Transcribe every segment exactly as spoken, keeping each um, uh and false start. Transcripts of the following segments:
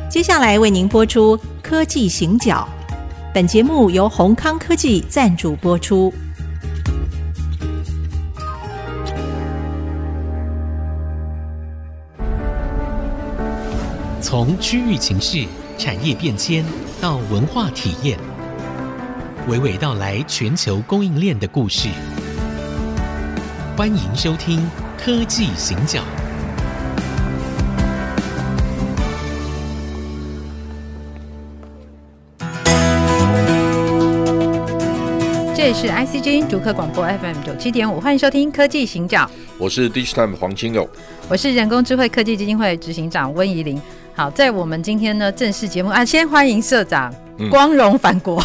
接下来为您播出科技行脚，本节目由宏康科技赞助播出。 从区域情势、产业变迁到文化体验，娓娓道来全球供应链的故事。欢迎收听科技行脚。 这里是 I C G 竹科广播 F M 九七点五，欢迎收听科技行脚。 我是 Digitime 黄清友， 我是人工智慧科技基金会执行长温怡玲。好，在我们今天呢正式节目啊，先欢迎社长、嗯、光荣返国。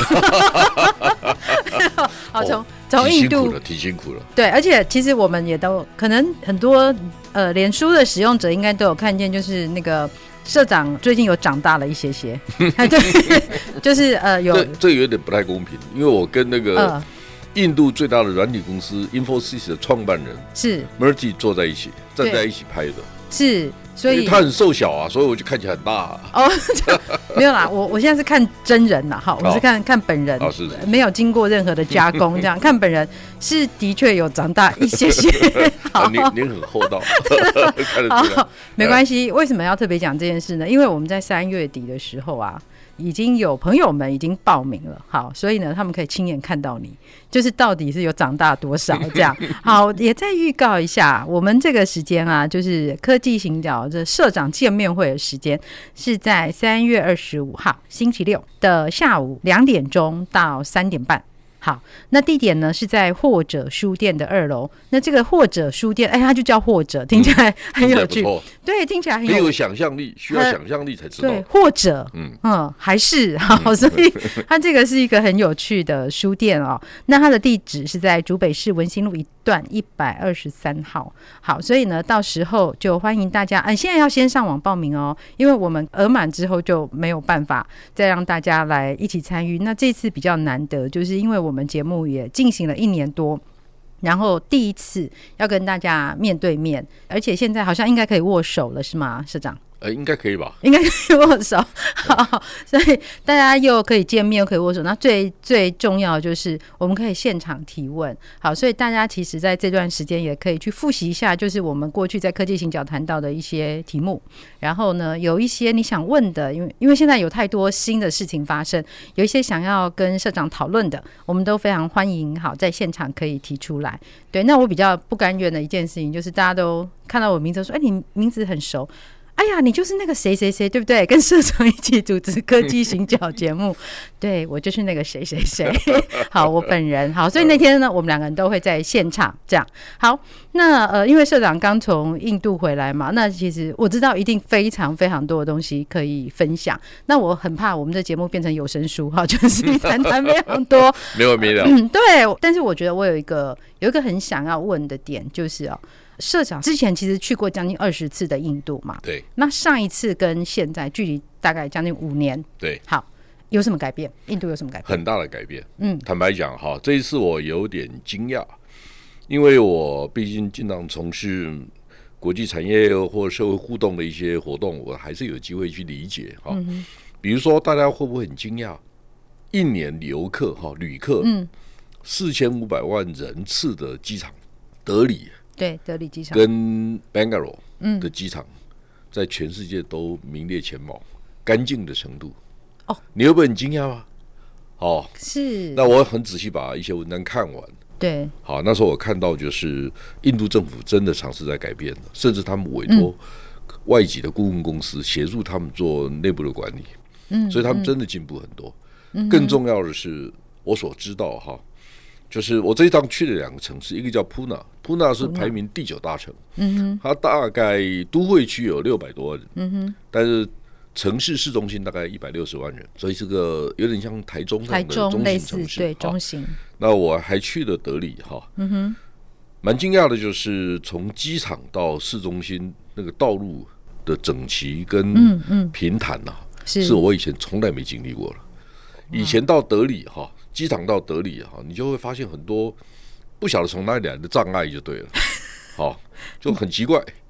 好，从从印度挺辛苦了， 对，而且其实我们也都可能很多呃脸书的使用者应该都有看见，就是那个社长最近有长大了一些些，对，就是呃有这这有点不太公平，因为我跟那个、呃、印度最大的软体公司 Infosys 的创办人是 Murthy 坐在一起，站在一起拍的，是。所以他很瘦小啊，所以我就看起来很大、啊、哦， 没有啦，我我现在是看真人啦，好，我是看、哦、看本人、哦是是是，没有经过任何的加工，这样看本人是的确有长大一些些。好， 您您很厚道，看得出来。 没关系，为什么要特别讲这件事呢？因为我们在三月底的时候啊，已经有朋友们已经报名了，好，所以呢，他们可以亲眼看到你，就是到底是有长大多少这样。好，也再预告一下，我们这个时间啊，就是科技行脚这社长见面会的时间是在三月二十五号星期六的下午两点钟到三点半。好，那地点呢是在或者书店的二楼。那这个或者书店，哎，它就叫或者，听起来很有趣。嗯、对，听起来很有, 很有想象力，需要想象力才知道。 对，或者，嗯嗯，还是好、嗯，所以它这个是一个很有趣的书店哦。那它的地址是在竹北市文心路一段一百二十三号。好，所以呢，到时候就欢迎大家，嗯，现在要先上网报名哦，因为我们额满之后就没有办法再让大家来一起参与。那这次比较难得，就是因为我们我们节目也进行了一年多，然后第一次要跟大家面对面，而且现在好像应该可以握手了，是吗，社长？ 呃，应该可以吧？ 应该可以握手，好，所以大家又可以见面，又可以握手。那最最重要的就是我们可以现场提问，好，所以大家其实在这段时间也可以去复习一下，就是我们过去在科技行脚谈到的一些题目。然后呢，有一些你想问的，因为因为现在有太多新的事情发生，有一些想要跟社长讨论的，我们都非常欢迎，好，在现场可以提出来。对，那我比较不甘愿的一件事情就是大家都看到我名字说，哎，你名字很熟。哎呀，你就是那个谁谁谁，对不对？跟社长一起主持科技行脚节目，对，我就是那个谁谁谁。好，我本人好，所以那天呢，我们两个人都会在现场。这样好，那呃，因为社长刚从印度回来嘛，那其实我知道一定非常非常多的东西可以分享。那我很怕我们这节目变成有声书哈，就是谈谈非常多， 没完没了。 嗯，对。但是我觉得我有一个有一个很想要问的点，就是哦。社长之前其实去过将近二十次的印度嘛， 对。 那上一次跟现在距离大概将近五年， 对。 好，有什么改变？印度有什么改变？ 很大的改变。嗯，坦白讲哈，这一次我有点惊讶，因为我毕竟经常从事国际产业或社会互动的一些活动，我还是有机会去理解哈、嗯。比如说，大家会不会很惊讶？一年游客哈旅客，嗯，四千五百万人次的机场，德里。 对，德里机场跟 Bangalore 的机场、嗯、在全世界都名列前茅，干净的程度。哦，你会不会很惊讶吗？哦，是。那我很仔细把一些文章看完。对，好，那时候我看到就是印度政府真的尝试在改变了，甚至他们委托外籍的顾问公司协助他们做内部的管理。嗯，所以他们真的进步很多。嗯，更重要的是，我所知道哈。就是我这一趟去了两个城市，一个叫普纳，普纳是排名第九大城，嗯、它大概都会区有六百多万人，嗯、但是城市市中心大概一百六十万人，所以这个有点像台中这样的中型城市， 对，中型。 那我还去了德里哈，嗯、蛮惊讶的，就是从机场到市中心那个道路的整齐跟平坦呐、啊嗯嗯，是我以前从来没经历过了。以前到德里哈。机场到德里哈，你就会发现很多不晓得从哪里来的障碍就对了，好，就很奇怪。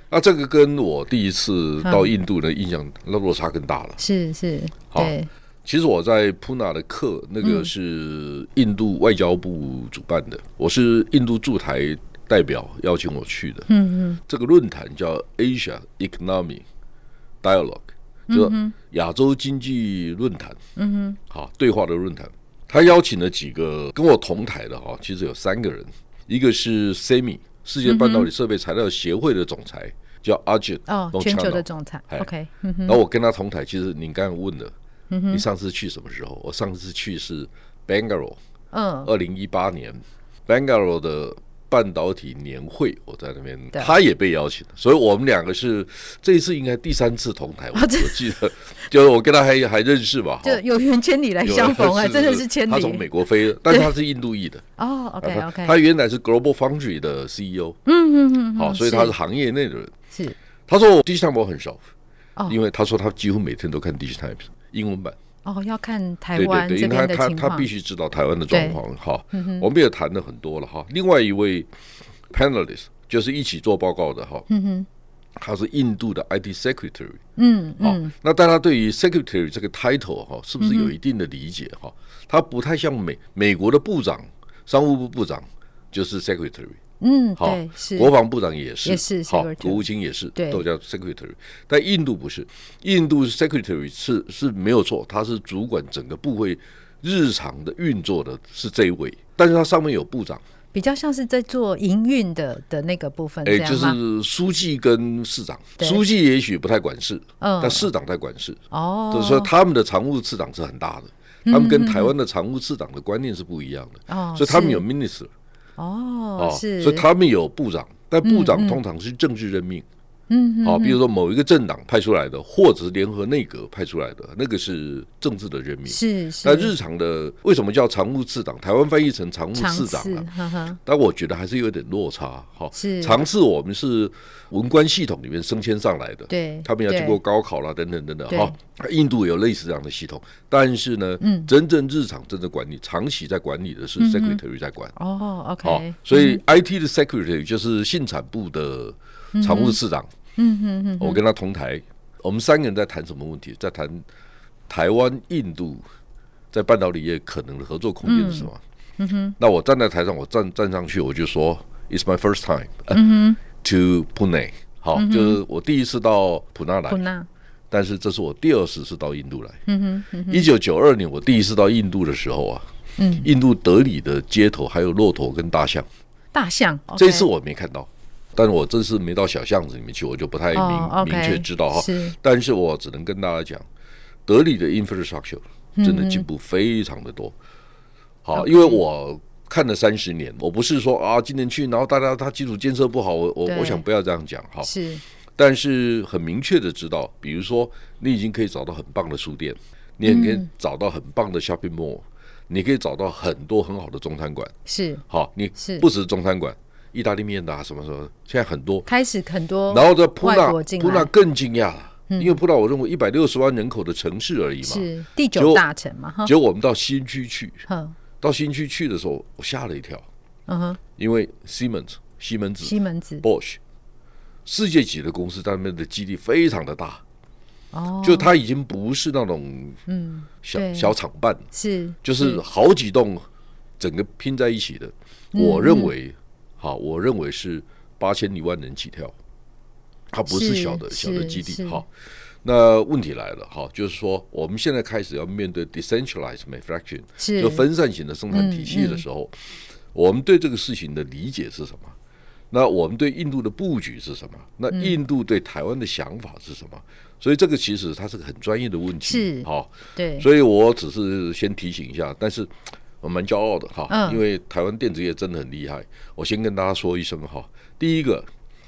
那这个跟我第一次到印度的印象那落差更大了。 是是，对。 其实我在普纳的课，那个是印度外交部主办的，嗯、我是印度驻台代表邀请我去的。嗯嗯，这个论坛叫 Asia Economic Dialogue， 就是亚洲经济论坛。嗯哼，好，对话的论坛。他邀请了几个跟我同台的哈，其实有三个人，一个是 S E M I 世界半导体设备材料协会的总裁，叫 Ajit， 哦，全球的总裁。OK， 然后我跟他同台，其实您刚刚问的。你上次去什么时候？我上次去是 Bangalore， 嗯，二零一八年 Bangalore 的半导体年会，我在那边，他也被邀请，所以我们两个是这一次应该第三次同台，我, 我记得，就是我跟他还还认识吧， 就有缘千里来相逢啊，真的是千里。 他从美国飞的，但是他是印度裔的。 哦 ，OK OK， 他原来是 Global Foundry 的 C E O， 嗯嗯嗯，好，所以他是行业内的人。 是， 他说我 Digitimes 我很熟，因为他说他几乎每天都看 Digitimes。英文版哦，要看台湾这边的情况， 他他他必须知道台湾的状况。好，嗯、我们也谈了很多了哈。另外一位 panelist 就是一起做报告的哈，嗯、他是印度的 I T secretary。嗯嗯，那大家对于 secretary 这个 title 哈，是不是有一定的理解哈？他不太像美美国的部长，商务部部长就是 secretary。 嗯，对，是国防部长也是， 也是好，国务卿也是，都叫 secretary。但印度不是，印度 secretary 是是没有错，他是主管整个部会日常的运作的，是这一位。但是他上面有部长， 比较像是在做营运的的那个部分，哎， 就是书记跟市长，书记也许不太管事，嗯，但市长在管事。哦，就是说他们的常务次长是很大的，他们跟台湾的常务次长的观念是不一样的，哦，所以他们有 minister。 哦，是， 所以他们有部长，但部长通常是政治任命。嗯，好，比如说某一个政党派出来的，或者是联合内阁派出来的，那个是政治的任命。 是是。 那日常的为什么叫常务次长？台湾翻译成常务次长啊，但我觉得还是有点落差。哈，是常次我们是文官系统里面升迁上来的， 对， 他们要经过高考啦，等等等等。哈，印度有类似这样的系统，但是呢，嗯、真正日常真正管理、长期在管理的是 secretary 在管。 嗯、哦 ，OK，哦。 所以 I T 的 secretary 就是信产部的常务次长。嗯哼哼，我跟他同台，我们三个人在谈什么问题？在谈台湾、印度在半导体业可能的合作空间是什么？嗯哼，那我站在台上，我站站上去，我就说 ，It's my first time、嗯、to Pune。好、嗯，就是我第一次到普纳来，普纳，但是这是我第二次是到印度来。嗯哼，一九九二年我第一次到印度的时候啊，嗯，印度德里的街头还有骆驼跟大象， 大象， 这一次我没看到。但我这次没到小巷子里面去，我就不太明、oh, okay, 明确知道哈。但是我只能跟大家讲，德里的 infrastructure 真的进步非常的多。嗯、好， okay. 因为我看了三十年，我不是说啊今年去，然后大家他基础建设不好，我我我想不要这样讲哈。是，但是很明确的知道，比如说你已经可以找到很棒的书店，你也可以找到很棒的 shopping mall，、嗯、你可以找到很多很好的中餐馆。是，好，你不只是中餐馆。意大利面的啊，什么什么，现在很多开始很多， 然后在普纳，普纳更惊讶了，嗯、因为普纳我认为一百六十万人口的城市而已嘛， 是第九大城嘛。 结果我们到新区去，到新区去的时候，我吓了一跳，嗯哼，因为 Siemens 西门子、 西门子、 Bosch 世界级的公司，在那边的基地非常的大，哦，就它已经不是那种嗯小小厂办，是就是好几栋整个拼在一起的，嗯、我认为。好，我认为是八千一万人起跳，它不是小的小的基地。好，那问题来了，好，就是说我们现在开始要面对 decentralized manufacturing， 就分散型的生产体系的时候，嗯嗯、我们对这个事情的理解是什么？那我们对印度的布局是什么？那印度对台湾的想法是什么？所以这个其实它是个很专业的问题。是，好，对，所以我只是先提醒一下，但是。我蛮骄傲的哈，嗯、因为台湾电子业真的很厉害。我先跟大家说一声哈，第一个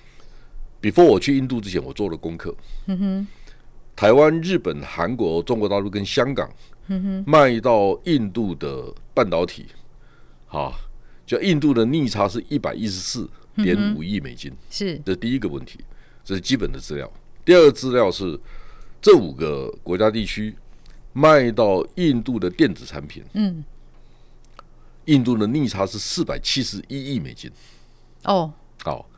，before 我去印度之前，我做了功课。嗯哼，台湾、日本、韩国、中国大陆跟香港，嗯哼，卖到印度的半导体，哈，就印度的逆差是一百一十四点五亿美金，是，这是第一个问题，这是基本的资料。第二个资料是这五个国家地区卖到印度的电子产品，嗯。印度的逆差是四百七十一亿美金，哦，好，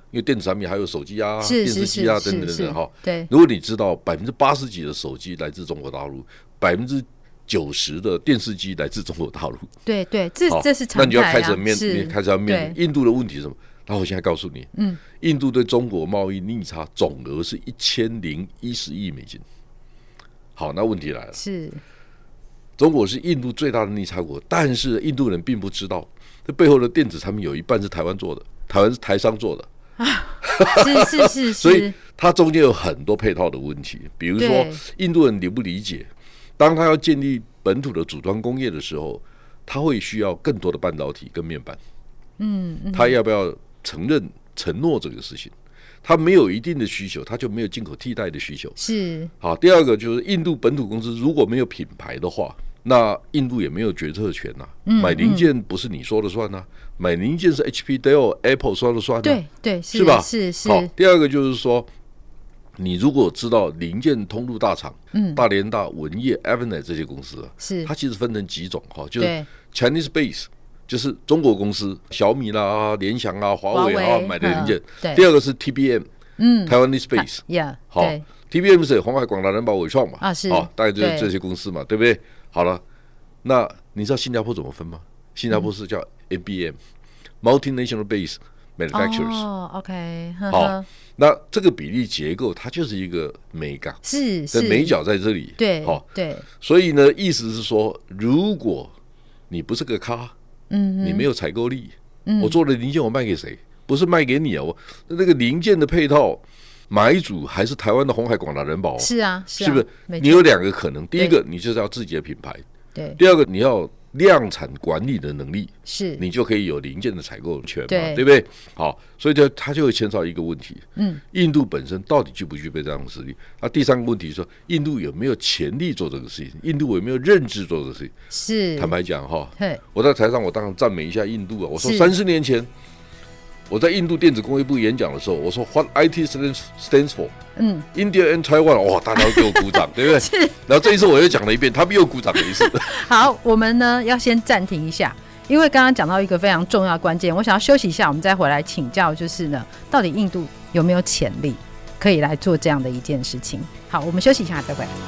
因为电子产品还有手机啊、电视机啊等等等等哈。 对， 如果你知道百分之八十几的手机来自中国大陆，百分之九十的电视机来自中国大陆， 对对，这这是常态啊。 那你就要开始面，你开始要面对印度的问题是什么？然后我现在告诉你， 嗯， 印度对中国贸易逆差总额是一千零一十亿美金。好，那问题来了， 是中国是印度最大的逆差国，但是印度人并不知道，这背后的电子产品有一半是台湾做的，台湾是台商做的。 是是是是， 所以它中间有很多配套的问题，比如说印度人理不理解，当他要建立本土的组装工业的时候，他会需要更多的半导体跟面板。 嗯，嗯他要不要承认承诺这个事情？他没有一定的需求，他就没有进口替代的需求。 是好，第二个就是印度本土公司如果没有品牌的话，那印度也没有决策权呐、啊嗯。买零件不是你说了算呐、啊嗯，买零件是 H P、Dell、Apple 说了算、啊。 对对，是是吧？ 是是。 好，第二个就是说，你如果知道零件通路大厂，嗯，大联大、文业、Avnet 这些公司啊， 是它其实分成几种哈，就是 Chinese base。就是中国公司，小米啦、联想啊、华为啊买的零件。第二个是 T B M， 嗯，台湾 Space， yeah， 好 ，T B M 是鸿海、广达、人保、伟创嘛， 啊是， 好，大概就是这些公司嘛，对不对？好了，那你知道新加坡怎么分吗？新加坡是叫 M B M，Multinational Base Manufacturers。 哦 ，OK， 好，那这个比例结构它就是一个美感， 是是， 美角在这里， 对，好，对， 所以呢，意思是说，如果你不是个咖。 嗯， 你没有采购力、嗯，我做的零件我卖给谁？不是卖给你啊！我那个零件的配套买主还是台湾的鸿海、广达、人保、啊， 是啊，是, 啊是不是？你有两个可能，第一个你就是要自己的品牌， 对； 第二个你要量产管理的能力， 是， 你就可以有零件的采购权嘛，对, 对不对？好，所以就它就会牵扯到一个问题， 嗯， 印度本身到底具不具备这样的实力？啊，第三个问题是说，印度有没有潜力做这个事情？印度有没有认知做这个事情？ 是， 坦白讲哈，我在台上我当然赞美一下印度啊，我说三十年前。我在印度电子工业部演讲的时候，我说 What I T stands stands for， 嗯 ，India and Taiwan， 哇，大家都给我鼓掌，对不对？是。然后这一次我又讲了一遍，他们又鼓掌了一次。 好，我们呢要先暂停一下，因为刚刚讲到一个非常重要的关键，我想要休息一下，我们再回来请教，就是呢，到底印度有没有潜力可以来做这样的一件事情？好，我们休息一下，再回来。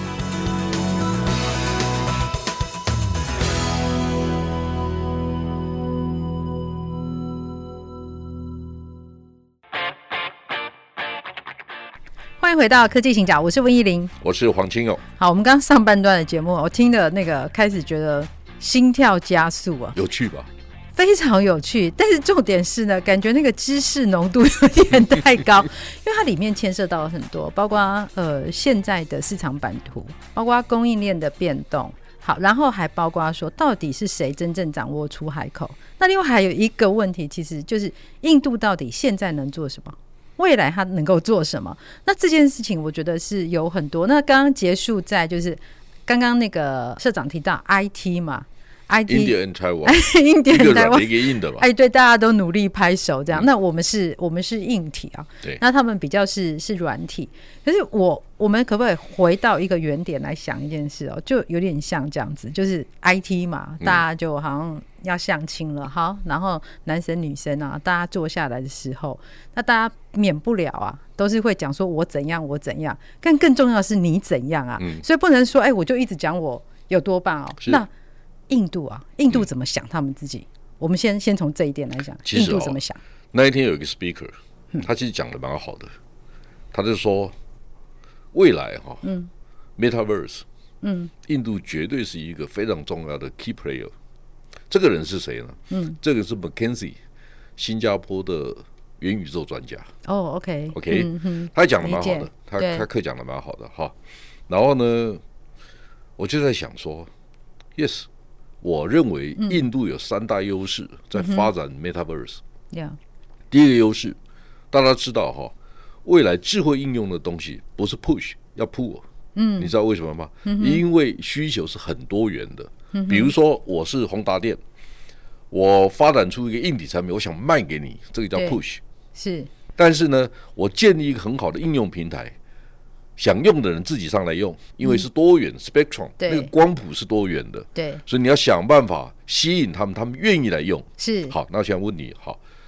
欢迎回到科技行脚，我是温依玲， 我是黄清勇。 好，我们刚上半段的节目，我听的那个开始觉得心跳加速啊， 有趣吧？ 非常有趣，但是重点是呢，感觉那个知识浓度有点太高，因为它里面牵涉到了很多，包括呃现在的市场版图，包括供应链的变动，好，然后还包括说到底是谁真正掌握出海口。那另外还有一个问题，其实就是印度到底现在能做什么？未来他能够做什么？那这件事情我觉得是有很多。那刚刚结束在就是刚刚那个社长提到 I T 嘛 ，I T India and Taiwan， India and Taiwan， 一个硬的嘛。 哎，对，大家都努力拍手这样。嗯、那我们是，我们是硬体啊， 对。 那他们比较是是软体。可是我我们可不可以回到一个原点来想一件事哦？就有点像这样子，就是 I T 嘛，大家就好像要相亲了，好，然后男生女生啊，大家坐下来的时候，那大家免不了啊，都是会讲说我怎样我怎样，但更重要的是你怎样啊，嗯、所以不能说哎、欸，我就一直讲我有多棒哦。那印度啊，印度怎么想他们自己？嗯、我们先先从这一点来讲，印度怎么想？ 那一天有一个 speaker， 他其实讲的蛮好的，他就说未来哈、嗯、，metaverse， 嗯，印度绝对是一个非常重要的 key player。这个人是谁呢？嗯，这个是 McKinsey， 新加坡的元宇宙专家。 哦 ，OK，OK，、 okay? okay? 嗯、他讲的蛮好的，他他课讲的蛮好的哈。然后呢，我就在想说 ，yes， 我认为印度有三大优势在发展 metaverse。 Yeah， 第一个优势，大家知道哈，未来智慧应用的东西不是 push， 要 pull。嗯，你知道为什么吗？嗯、因为需求是很多元的。比如说我是宏达电，我发展出一个硬体产品，我想卖给你，这个叫 push。 是， 但是呢，我建立一个很好的应用平台，想用的人自己上来用，因为是多元、嗯、spectrum， 那个光谱是多元的， 对， 所以你要想办法吸引他们，他们愿意来用。 是， 好，那我想问你，好，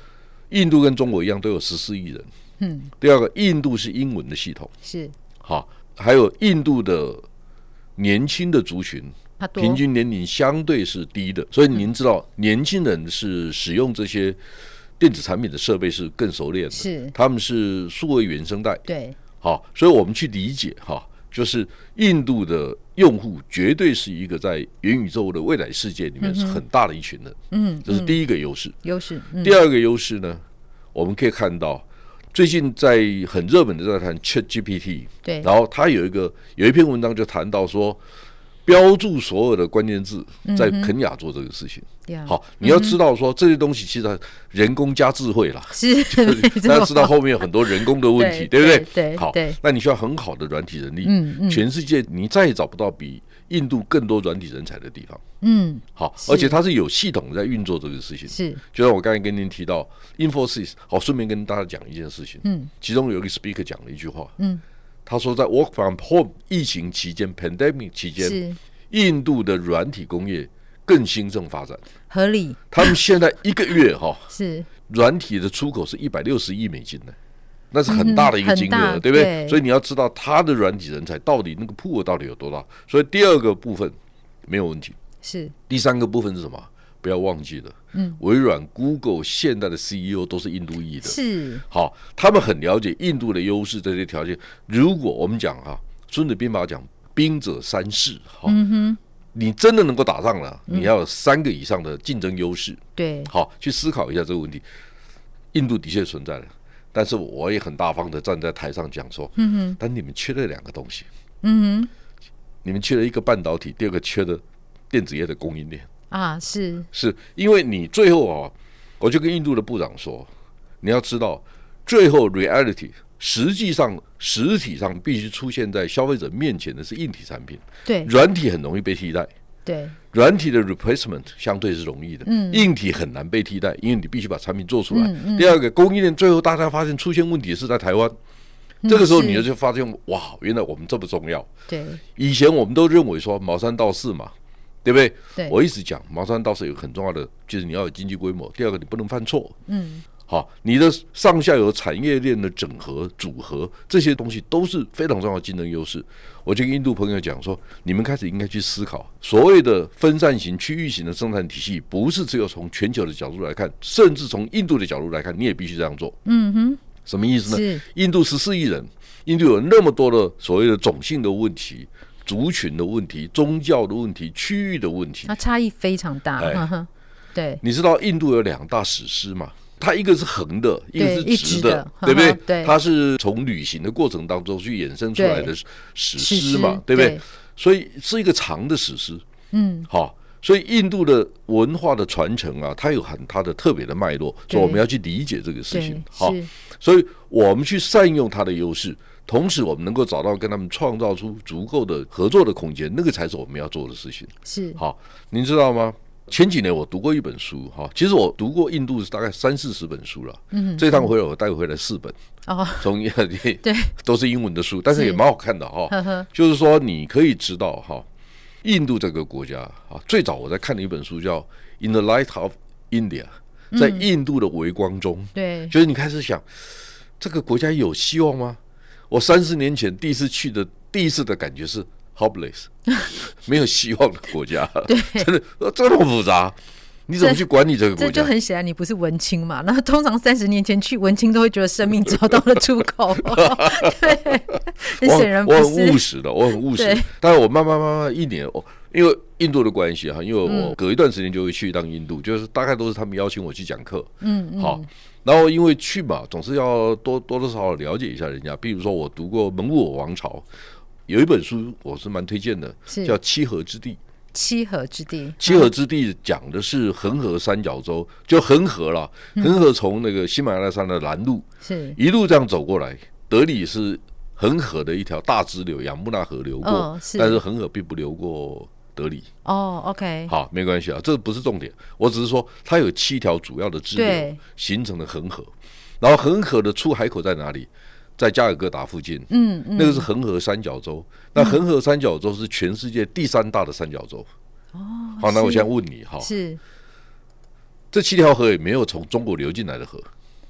印度跟中国一样都有十四亿人。嗯，第二个，印度是英文的系统， 是好，还有印度的年轻的族群，平均年龄相对是低的，所以您知道，年轻人是使用这些电子产品的设备是更熟练的， 是他们是数位原生代， 对， 好，所以我们去理解哈，就是印度的用户绝对是一个在元宇宙的未来世界里面是很大的一群人，嗯，这是第一个优势。 优势，嗯， 第二个优势呢，我们可以看到。最近在很热门的在谈 ChatGPT， 对， 然后他有一个有一篇文章就谈到说，标注所有的关键字在肯雅做这个事情。嗯、好，你要知道说、嗯、这些东西其实人工加智慧啦， 是， 大家知道后面有很多人工的问题，对, 对不对？ 对， 好， 对， 那你需要很好的软体人力。 嗯嗯， 全世界你再也找不到比印度更多软体人才的地方。 嗯， 好，而且它是有系统在运作这个事情。 是， 就像我刚才跟您提到 Infosys， 好，顺便跟大家讲一件事情。嗯，其中有一个 speaker 讲了一句话。嗯，他说在 Work from Home 疫情期间 ，pandemic 期间，印度的软体工业更兴盛发展， 合理。 他们现在一个月哈是软体的出口是一百六十亿美金的。那是很大的一个金额、嗯、对不 对, 对？所以你要知道它的软体人才到底那个铺额到底有多大。所以第二个部分没有问题， 是第三个部分是什么？不要忘记了，嗯，微软、Google 现在的 C E O 都是印度裔的， 是好，他们很了解印度的优势这些条件。如果我们讲哈，孙子兵法讲兵者三世，哈，嗯哼，你真的能够打仗了，你要有三个以上的竞争优势， 对， 好，去思考一下这个问题。印度的确存在了。但是我也很大方的站在台上讲说，嗯哼，但你们缺了两个东西，嗯哼，你们缺了一个半导体，第二个缺了电子业的供应链啊，是是因为你最后啊，我就跟印度的部长说，你要知道，最后 reality 实际上实体上必须出现在消费者面前的是硬体产品， 对， 软体很容易被替代。 对， 软体的 replacement 相对是容易的，嗯，硬体很难被替代，因为你必须把产品做出来。嗯嗯、第二个，供应链最后大家发现出现问题是在台湾，嗯、这个时候你就发现哇，原来我们这么重要。 对， 以前我们都认为说毛三到四嘛，对不对？ 对， 我一直讲毛三到四有个很重要的，就是你要有经济规模，第二个你不能犯错。嗯。好，你的上下游产业链的整合组合，这些东西都是非常重要的竞争优势。我就跟印度朋友讲说，你们开始应该去思考，所谓的分散型、区域型的生产体系，不是只有从全球的角度来看，甚至从印度的角度来看，你也必须这样做。嗯哼，什么意思呢？印度十四亿人，印度有那么多的所谓的种姓的问题、族群的问题、宗教的问题、区域的问题， 它差异非常大。哎、对， 你知道印度有两大史诗吗？它一个是横的，一个是直的， 对, 对不对？ 对， 它是从旅行的过程当中去衍生出来的史诗嘛， 对, 对不对？所以是一个长的史诗。嗯，好，所以印度的文化的传承啊，它有很它的特别的脉络，所以我们要去理解这个事情。好，所以我们去善用它的优势，同时我们能够找到跟他们创造出足够的合作的空间，那个才是我们要做的事情。 是，好， 您知道吗？前几年我读过一本书哈，其实我读过印度大概三四十本书了。嗯，这趟回来我带回来四本，哦，从对都是英文的书，但是也蛮好看的哈。就是说你可以知道哈，印度这个国家啊，最早我在看的一本书叫《In the Light of India》，在印度的微光中， 嗯、对， 就是你开始想这个国家有希望吗？我三十年前第一次去的第一次的感觉是。Hopeless， 没有希望的国家， 对， 真的这么复杂，你怎么去管理这个国家？ 这就很显然，你不是文青嘛。那通常三十年前去文青都会觉得生命找到了出口，对，很显然不是。 我很务实的，我很务实。但是我慢慢慢慢一年，因为印度的关系哈，因为我隔一段时间就会去一趟印度，就是大概都是他们邀请我去讲课，嗯嗯，好。然后因为去嘛，总是要多多多少少了解一下人家。比如说我读过蒙古王朝。有一本书我是蛮推荐的，叫《七河之地》。 七河之地， 七河之地讲的是恒河三角洲，就恒河啦，恒河从那个喜马拉雅山的南路，是一路这样走过来。德里是恒河的一条大支流，雅穆纳河流过，哦、是但是恒河并不流过德里。 哦 ，OK， 好，没关系啊，这不是重点。我只是说，它有七条主要的支流形成了恒河，然后恒河的出海口在哪里？在加尔各答附近，嗯嗯，那个是恒河三角洲。那恒河三角洲是全世界第三大的三角洲。哦，好，那我现在问你哈， 是这七条河也没有从中国流进来的河，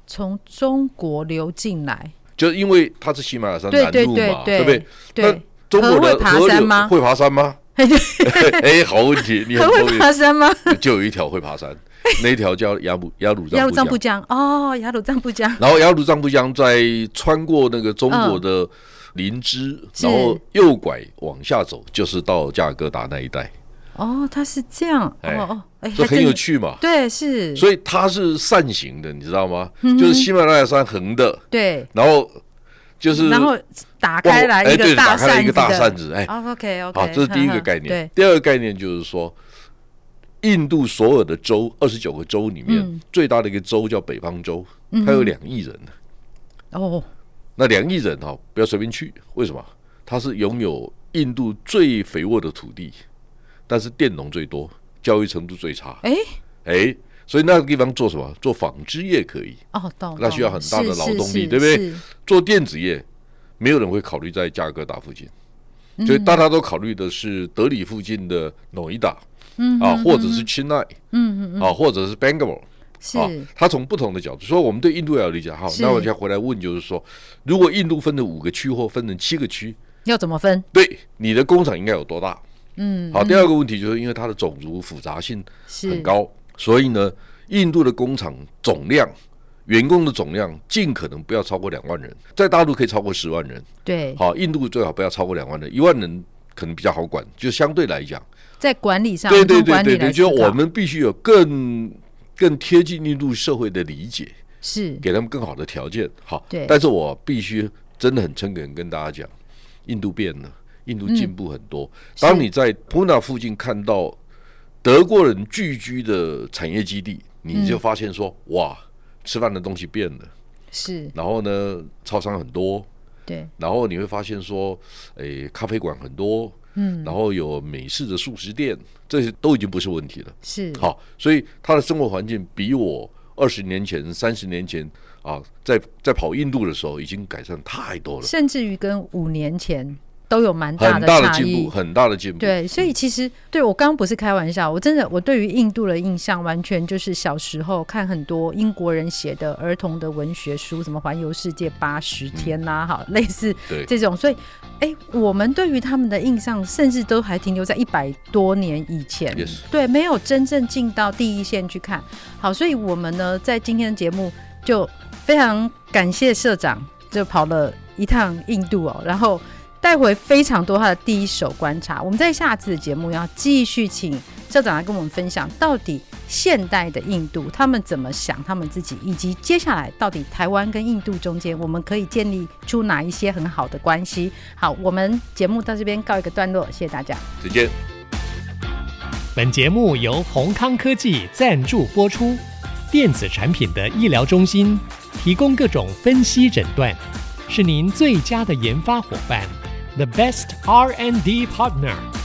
从中国流进来， 就因为它是喜马拉雅山南麓嘛，对不对？ 对， 中国的会爬山吗？ 会爬山吗？哎，好问题，你很会爬山吗？ 就有一条会爬山，那一条叫雅鲁雅鲁雅鲁藏布江哦，雅鲁藏布江。 然后雅鲁藏布江在穿过那个中国的林芝，嗯、然后右拐往下走，就是到加尔各答那一带。 哦，它是这样，哎、哦哦，哎， 这很有趣嘛。 对，是。 所以它是扇形的，你知道吗？嗯、就是喜马拉雅山横的， 对， 然后就是， 然后打开来一个大扇子， 一个大扇子，哎、 哦、，OK OK， 好，这是第一个概念。 对， 第二个概念就是说，印度所有的州，二十九个州里面、嗯、最大的一个州叫北方州，它有两亿人。 哦， 那两亿人哈、哦，不要随便去，为什么？它是拥有印度最肥沃的土地。但是佃农最多，教育程度最差。哎哎，所以那个地方做什么？做纺织业可以哦，懂。 那需要很大的劳动力，对不对？做电子业，没有人会考虑在加尔各答附近，嗯、所以大家都考虑的是德里附近的诺伊达，嗯啊，或者是钦奈，嗯嗯啊，或者是 Bangalore， 是啊，他从不同的角度，所以我们对印度要理解。好，那我再回来问，就是说，如果印度分成五个区或分成七个区， 要怎么分？ 对，你的工厂应该有多大？嗯，好。第二个问题就是因为它的种族复杂性很高，所以呢，印度的工厂总量、员工的总量尽可能不要超过两万人，在大陆可以超过十万人。 对， 好，印度最好不要超过两万人，一万人可能比较好管，就相对来讲， 在管理上， 对对对对对，就我们必须有更更贴近印度社会的理解， 是给他们更好的条件。好， 对， 但是我必须真的很诚恳跟大家讲，印度变了。印度进步很多。嗯、当你在普纳附近看到德国人聚居的产业基地，你就发现说，嗯、哇，吃饭的东西变了。 是。 然后呢，超商很多。 对。 然后你会发现说，诶，咖啡馆很多。嗯。然后有美式的素食店，这些都已经不是问题了。 是。 好，所以他的生活环境比我二十年前、三十年前啊，在在跑印度的时候已经改善太多了， 甚至于跟五年前。都有蛮大的差异， 很大的进步。 对，所以其实对我刚刚不是开玩笑，我真的我对于印度的印象完全就是小时候看很多英国人写的儿童的文学书，什么环游世界八十天呐、啊，好、嗯、类似这种。所以，哎，我们对于他们的印象，甚至都还停留在一百多年以前， yes. 对，没有真正进到第一线去看。好，所以我们呢，在今天的节目就非常感谢社长，就跑了一趟印度哦，然后。带回非常多他的第一手观察，我们在下次的节目要继续请社长来跟我们分享，到底现代的印度他们怎么想他们自己，以及接下来到底台湾跟印度中间我们可以建立出哪一些很好的关系。好，我们节目到这边告一个段落，谢谢大家， 再见。 本节目由宏康科技赞助播出，电子产品的医疗中心提供各种分析诊断，是您最佳的研发伙伴，The best R and D partner。